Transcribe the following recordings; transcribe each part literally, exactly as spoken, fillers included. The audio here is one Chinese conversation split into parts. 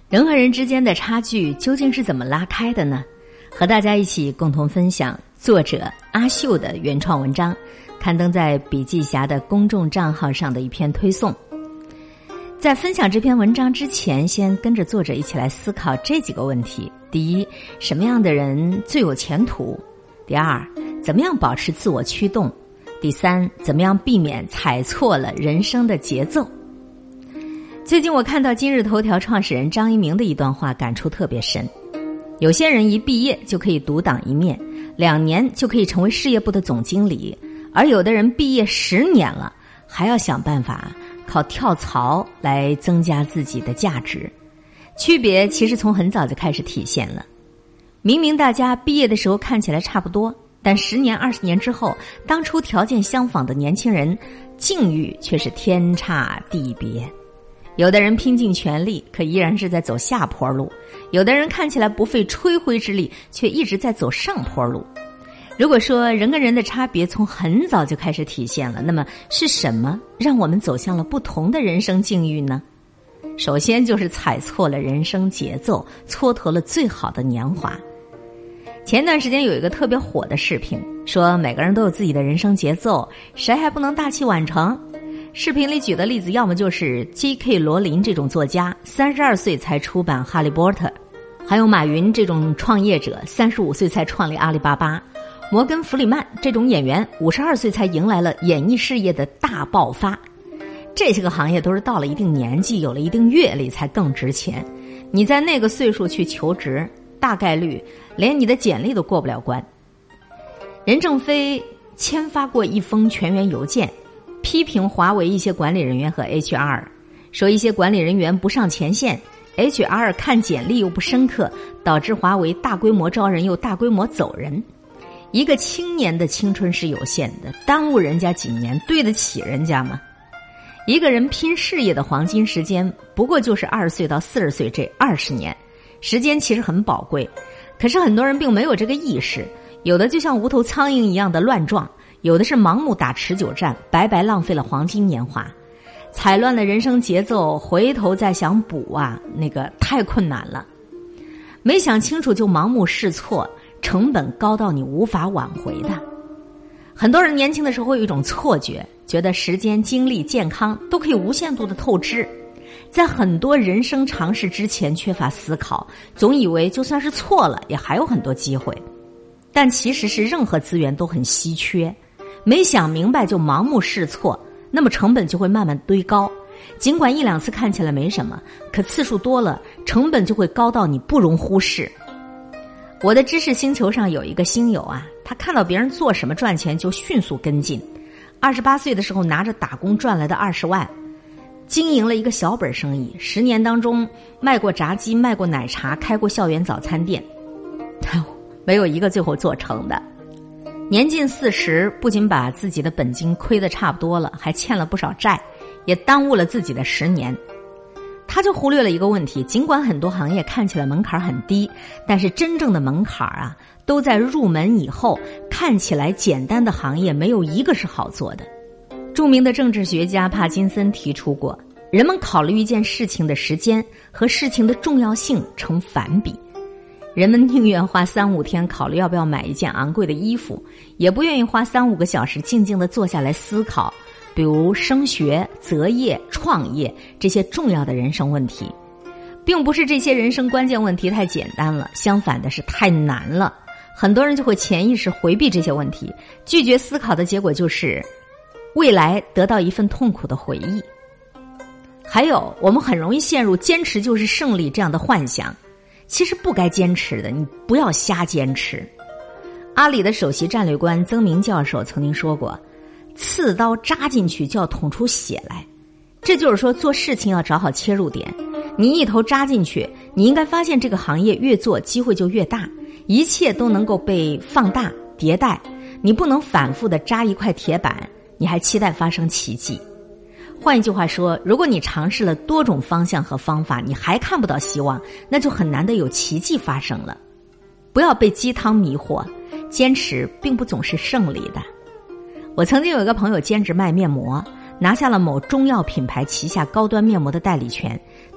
人和人之间的差距究竟是怎么拉开的呢？和大家一起共同分享作者阿秀的原创文章，刊登在笔记侠的公众账号上的一篇推送。在分享这篇文章之前，先跟着作者一起来思考这几个问题。第一，什么样的人最有前途？第二，怎么样保持自我驱动？第三，怎么样避免踩错了人生的节奏？最近我看到今日头条创始人张一鸣的一段话，感触特别深。有些人一毕业就可以独当一面，两年就可以成为事业部的总经理，而有的人毕业十年了，还要想办法靠跳槽来增加自己的价值。区别其实从很早就开始体现了。明明大家毕业的时候看起来差不多，但十年二十年之后，当初条件相仿的年轻人境遇却是天差地别。有的人拼尽全力，可依然是在走下坡路；有的人看起来不费吹灰之力，却一直在走上坡路。如果说人跟人的差别从很早就开始体现了，那么是什么让我们走向了不同的人生境遇呢？首先就是踩错了人生节奏，蹉跎了最好的年华。前段时间有一个特别火的视频，说每个人都有自己的人生节奏，谁还不能大器晚成？视频里举的例子要么就是 J K 罗琳这种作家，三十二岁才出版《哈利波特》，还有马云这种创业者，三十五岁才创立阿里巴巴，摩根弗里曼这种演员，五十二岁才迎来了演艺事业的大爆发。这些个行业都是到了一定年纪，有了一定阅历才更值钱。你在那个岁数去求职，大概率连你的简历都过不了关。任正非签发过一封全员邮件，批评华为一些管理人员和 H R， 说一些管理人员不上前线， H R 看简历又不深刻，导致华为大规模招人又大规模走人。一个青年的青春是有限的，耽误人家几年，对得起人家吗？一个人拼事业的黄金时间不过就是二十岁到四十岁这二十年，时间其实很宝贵，可是很多人并没有这个意识，有的就像无头苍蝇一样的乱撞，有的是盲目打持久战，白白浪费了黄金年华，踩乱了人生节奏，回头再想补啊，那个太困难了。没想清楚就盲目试错，成本高到你无法挽回的。很多人年轻的时候会有一种错觉，觉得时间、精力、健康都可以无限度的透支，在很多人生尝试之前缺乏思考，总以为就算是错了也还有很多机会。但其实是任何资源都很稀缺，没想明白就盲目试错，那么成本就会慢慢堆高。尽管一两次看起来没什么，可次数多了，成本就会高到你不容忽视。我的知识星球上有一个星友啊，他看到别人做什么赚钱就迅速跟进。二十八岁的时候拿着打工赚来的二十万，经营了一个小本生意，十年当中卖过炸鸡，卖过奶茶，开过校园早餐店，没有一个最后做成的。年近四十，不仅把自己的本金亏得差不多了，还欠了不少债，也耽误了自己的十年。他就忽略了一个问题，尽管很多行业看起来门槛很低，但是真正的门槛啊，都在入门以后，看起来简单的行业没有一个是好做的。著名的政治学家帕金森提出过，人们考虑一件事情的时间和事情的重要性成反比。人们宁愿花三五天考虑要不要买一件昂贵的衣服，也不愿意花三五个小时静静地坐下来思考，比如升学、择业、创业这些重要的人生问题。并不是这些人生关键问题太简单了，相反的是太难了。很多人就会潜意识回避这些问题，拒绝思考的结果就是未来得到一份痛苦的回忆。还有，我们很容易陷入坚持就是胜利这样的幻想，其实不该坚持的，你不要瞎坚持。阿里的首席战略官曾明教授曾经说过，刺刀扎进去就要捅出血来。这就是说，做事情要找好切入点，你一头扎进去，你应该发现这个行业越做机会就越大，一切都能够被放大迭代。你不能反复的扎一块铁板，你还期待发生奇迹。换一句话说，如果你尝试了多种方向和方法，你还看不到希望，那就很难得有奇迹发生了。不要被鸡汤迷惑，坚持并不总是胜利的。我曾经有一个朋友兼职卖面膜，拿下了某中药品牌旗下高端面膜的代理权，他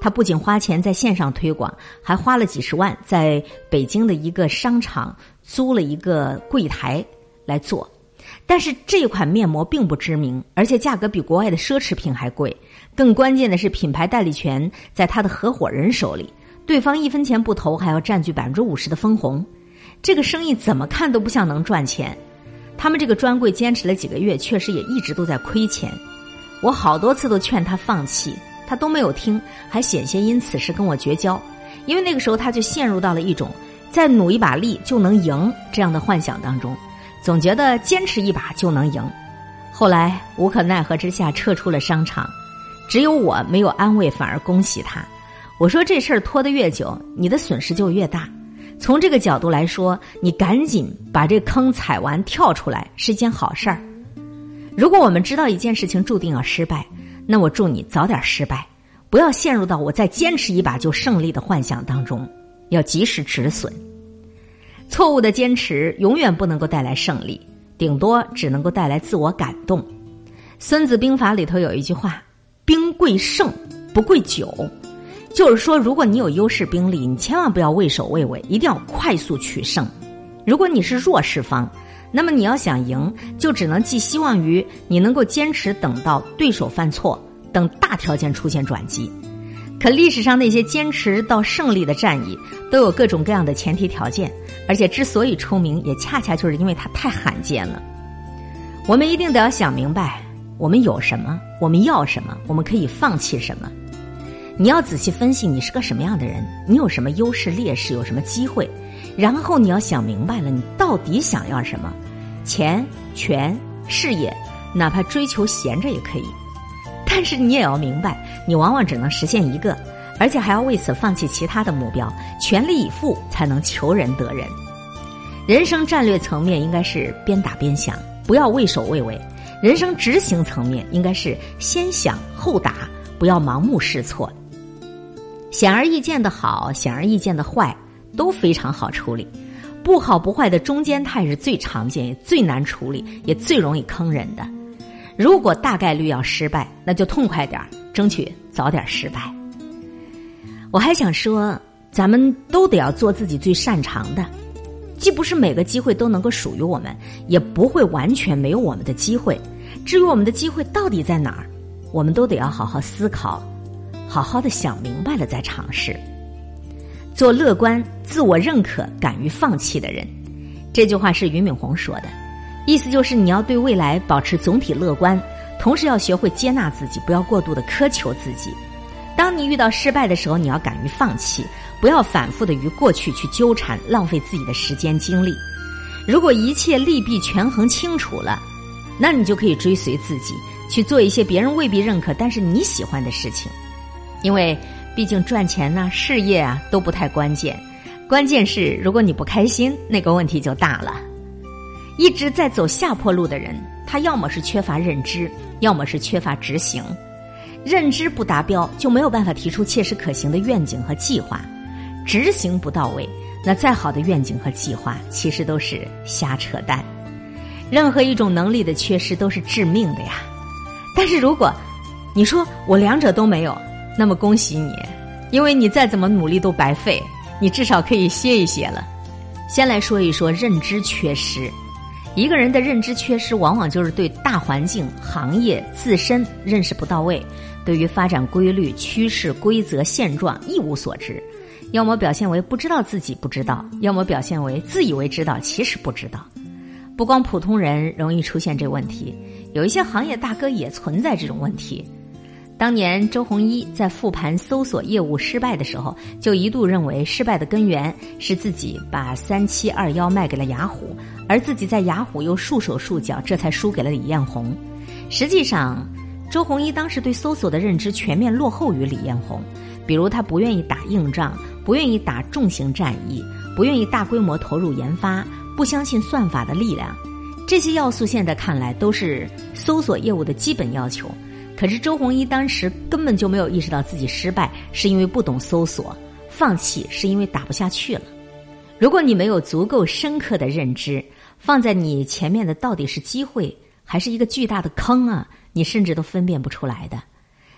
他不仅花钱在线上推广，还花了几十万在北京的一个商场租了一个柜台来做。但是这款面膜并不知名，而且价格比国外的奢侈品还贵。更关键的是，品牌代理权在他的合伙人手里，对方一分钱不投，还要占据百分之五十的分红。这个生意怎么看都不像能赚钱。他们这个专柜坚持了几个月，确实也一直都在亏钱。我好多次都劝他放弃，他都没有听，还险些因此事跟我绝交。因为那个时候他就陷入到了一种再努一把力就能赢这样的幻想当中，总觉得坚持一把就能赢。后来无可奈何之下撤出了商场，只有我没有安慰，反而恭喜他。我说这事儿拖得越久，你的损失就越大。从这个角度来说，你赶紧把这坑踩完跳出来是一件好事儿。如果我们知道一件事情注定要失败，那我祝你早点失败，不要陷入到我再坚持一把就胜利的幻想当中，要及时止损。错误的坚持永远不能够带来胜利，顶多只能够带来自我感动。孙子兵法里头有一句话，兵贵胜不贵久，就是说如果你有优势兵力，你千万不要畏首畏尾，一定要快速取胜。如果你是弱势方，那么你要想赢，就只能寄希望于你能够坚持等到对手犯错，等大条件出现转机。可历史上那些坚持到胜利的战役都有各种各样的前提条件，而且之所以出名，也恰恰就是因为它太罕见了。我们一定得要想明白，我们有什么，我们要什么，我们可以放弃什么。你要仔细分析你是个什么样的人，你有什么优势劣势，有什么机会，然后你要想明白了你到底想要什么。钱、权、事业，哪怕追求闲着也可以，但是你也要明白，你往往只能实现一个，而且还要为此放弃其他的目标，全力以赴才能求人得人。人生战略层面应该是边打边想，不要畏首畏尾。人生执行层面应该是先想后打，不要盲目试错。显而易见的好，显而易见的坏都非常好处理，不好不坏的中间态是最常见也最难处理，也最容易坑人的。如果大概率要失败，那就痛快点，争取早点失败。我还想说，咱们都得要做自己最擅长的，既不是每个机会都能够属于我们，也不会完全没有我们的机会。至于我们的机会到底在哪儿，我们都得要好好思考，好好的想明白了再尝试。做乐观、自我认可、敢于放弃的人，这句话是俞敏洪说的，意思就是你要对未来保持总体乐观，同时要学会接纳自己，不要过度的苛求自己。当你遇到失败的时候，你要敢于放弃，不要反复的与过去去纠缠，浪费自己的时间精力。如果一切利弊权衡清楚了，那你就可以追随自己，去做一些别人未必认可但是你喜欢的事情。因为毕竟赚钱啊、事业啊都不太关键，关键是如果你不开心，那个问题就大了。一直在走下坡路的人，他要么是缺乏认知，要么是缺乏执行。认知不达标，就没有办法提出切实可行的愿景和计划；执行不到位，那再好的愿景和计划其实都是瞎扯淡。任何一种能力的缺失都是致命的呀。但是如果你说我两者都没有，那么恭喜你，因为你再怎么努力都白费，你至少可以歇一歇了。先来说一说认知缺失。一个人的认知缺失，往往就是对大环境、行业、自身认识不到位，对于发展规律、趋势、规则、现状一无所知，要么表现为不知道自己不知道，要么表现为自以为知道，其实不知道。不光普通人容易出现这问题，有一些行业大哥也存在这种问题。当年周鸿祎在复盘搜索业务失败的时候，就一度认为失败的根源是自己把三七二幺卖给了雅虎，而自己在雅虎又束手束脚，这才输给了李彦宏。实际上周鸿祎当时对搜索的认知全面落后于李彦宏，比如他不愿意打硬仗，不愿意打重型战役，不愿意大规模投入研发，不相信算法的力量。这些要素现在看来都是搜索业务的基本要求，可是周鸿祎当时根本就没有意识到自己失败是因为不懂搜索，放弃是因为打不下去了。如果你没有足够深刻的认知，放在你前面的到底是机会还是一个巨大的坑啊，你甚至都分辨不出来的。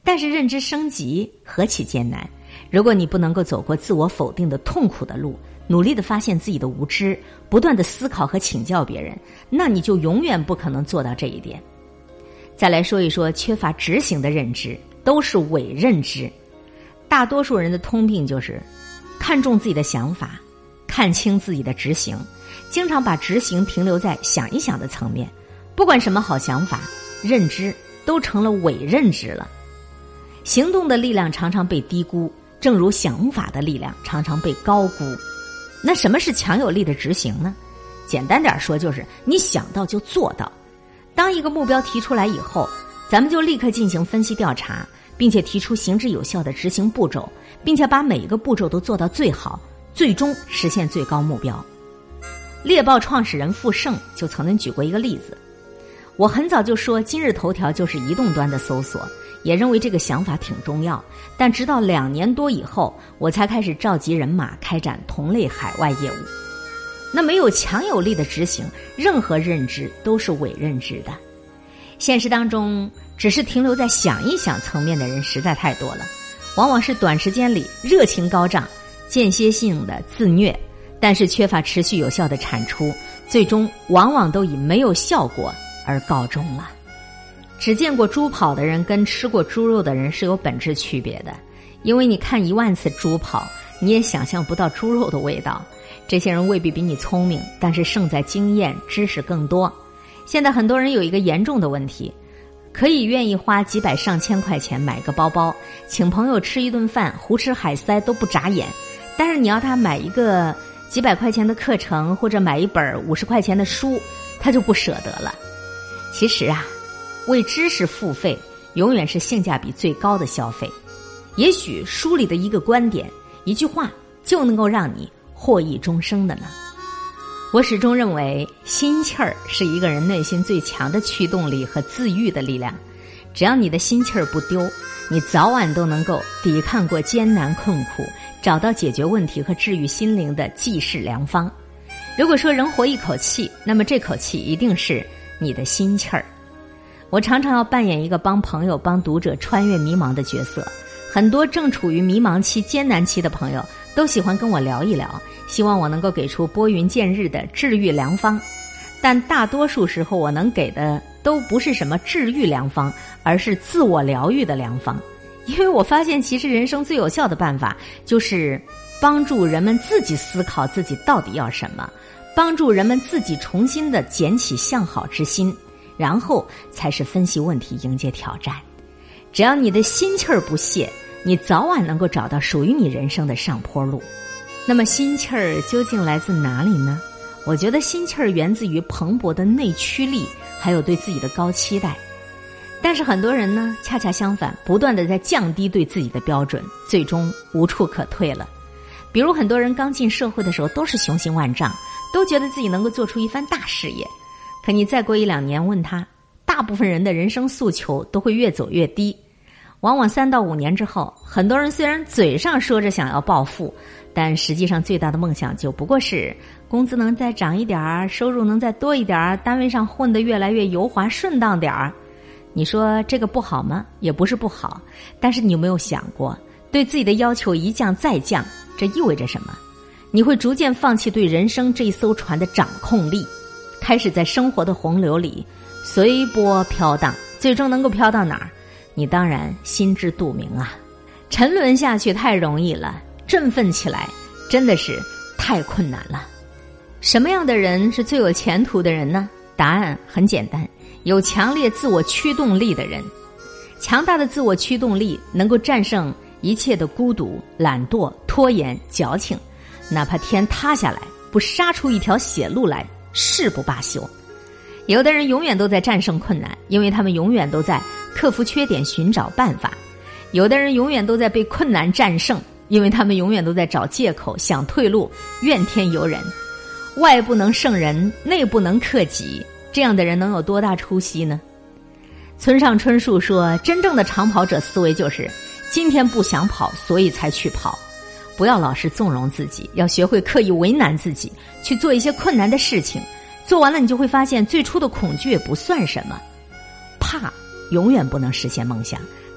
但是认知升级何其艰难，如果你不能够走过自我否定的痛苦的路，努力地发现自己的无知，不断地思考和请教别人，那你就永远不可能做到这一点。再来说一说缺乏执行的认知，都是伪认知。大多数人的通病就是看重自己的想法，看清自己的执行，经常把执行停留在想一想的层面，不管什么好想法，认知都成了伪认知了。行动的力量常常被低估，正如想法的力量常常被高估。那什么是强有力的执行呢？简单点说，就是你想到就做到。当一个目标提出来以后，咱们就立刻进行分析调查，并且提出行之有效的执行步骤，并且把每一个步骤都做到最好，最终实现最高目标。猎豹创始人傅盛就曾经举过一个例子，我很早就说今日头条就是移动端的搜索，也认为这个想法挺重要，但直到两年多以后，我才开始召集人马开展同类海外业务。那没有强有力的执行，任何认知都是伪认知的。现实当中，只是停留在想一想层面的人实在太多了，往往是短时间里热情高涨，间歇性的自虐，但是缺乏持续有效的产出，最终往往都以没有效果而告终了。只见过猪跑的人跟吃过猪肉的人是有本质区别的，因为你看一万次猪跑，你也想象不到猪肉的味道。这些人未必比你聪明，但是胜在经验，知识更多。现在很多人有一个严重的问题，可以愿意花几百上千块钱买个包包，请朋友吃一顿饭，胡吃海塞都不眨眼，但是你要他买一个几百块钱的课程，或者买一本五十块钱的书，他就不舍得了。其实啊，为知识付费永远是性价比最高的消费。也许书里的一个观点，一句话就能够让你获益终生的呢。我始终认为心气儿是一个人内心最强的驱动力和自愈的力量。只要你的心气儿不丢，你早晚都能够抵抗过艰难困苦，找到解决问题和治愈心灵的济世良方。如果说人活一口气，那么这口气一定是你的心气儿。我常常要扮演一个帮朋友帮读者穿越迷茫的角色，很多正处于迷茫期艰难期的朋友都喜欢跟我聊一聊，希望我能够给出拨云见日的治愈良方。但大多数时候我能给的都不是什么治愈良方，而是自我疗愈的良方。因为我发现其实人生最有效的办法就是帮助人们自己思考自己到底要什么，帮助人们自己重新的捡起向好之心，然后才是分析问题，迎接挑战。只要你的心气儿不泄，你早晚能够找到属于你人生的上坡路。那么心气儿究竟来自哪里呢？我觉得心气儿源自于蓬勃的内驱力，还有对自己的高期待。但是很多人呢，恰恰相反，不断地在降低对自己的标准，最终无处可退了。比如很多人刚进社会的时候都是雄心万丈，都觉得自己能够做出一番大事业，可你再过一两年问他，大部分人的人生诉求都会越走越低。往往三到五年之后，很多人虽然嘴上说着想要暴富，但实际上最大的梦想就不过是工资能再涨一点儿，收入能再多一点儿，单位上混得越来越油滑顺当点儿。你说这个不好吗？也不是不好，但是你有没有想过，对自己的要求一降再降，这意味着什么？你会逐渐放弃对人生这一艘船的掌控力，开始在生活的洪流里随波飘荡，最终能够飘到哪儿？你当然心知肚明啊。沉沦下去太容易了，振奋起来真的是太困难了。什么样的人是最有前途的人呢？答案很简单，有强烈自我驱动力的人。强大的自我驱动力能够战胜一切的孤独、懒惰、拖延、矫情，哪怕天塌下来，不杀出一条血路来，誓不罢休。有的人永远都在战胜困难，因为他们永远都在克服缺点，寻找办法。有的人永远都在被困难战胜，因为他们永远都在找借口，想退路，怨天尤人。外不能胜人，内不能克己，这样的人能有多大出息呢？村上春树说，真正的长跑者思维就是今天不想跑，所以才去跑。不要老是纵容自己，要学会刻意为难自己，去做一些困难的事情。做完了你就会发现，最初的恐惧也不算什么。怕永远不能实现梦想，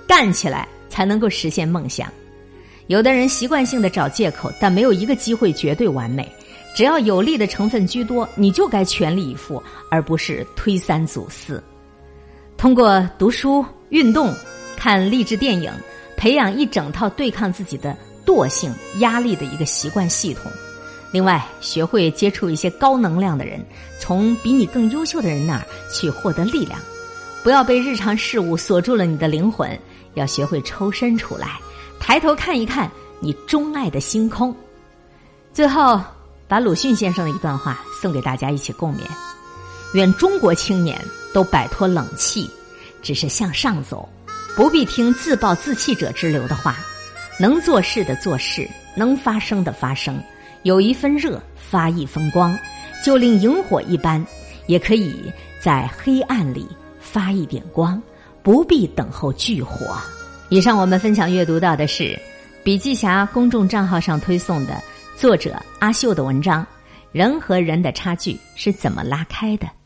干起来才能够实现梦想。有的人习惯性的找借口，但没有一个机会绝对完美。只要有利的成分居多，你就该全力以赴，而不是推三阻四。通过读书、运动、看励志电影，培养一整套对抗自己的惰性、压力的一个习惯系统。另外，学会接触一些高能量的人，从比你更优秀的人那儿去获得力量。不要被日常事物锁住了你的灵魂，要学会抽身出来，抬头看一看你钟爱的星空。最后，把鲁迅先生的一段话送给大家一起共勉：愿中国青年都摆脱冷气，只是向上走，不必听自暴自弃者之流的话，能做事的做事，能发声的发声，有一分热发一分光，就令萤火一般，也可以在黑暗里发一点光，不必等候炬火。以上我们分享阅读到的是笔记侠公众账号上推送的作者阿秀的文章《人和人的差距是怎么拉开的》。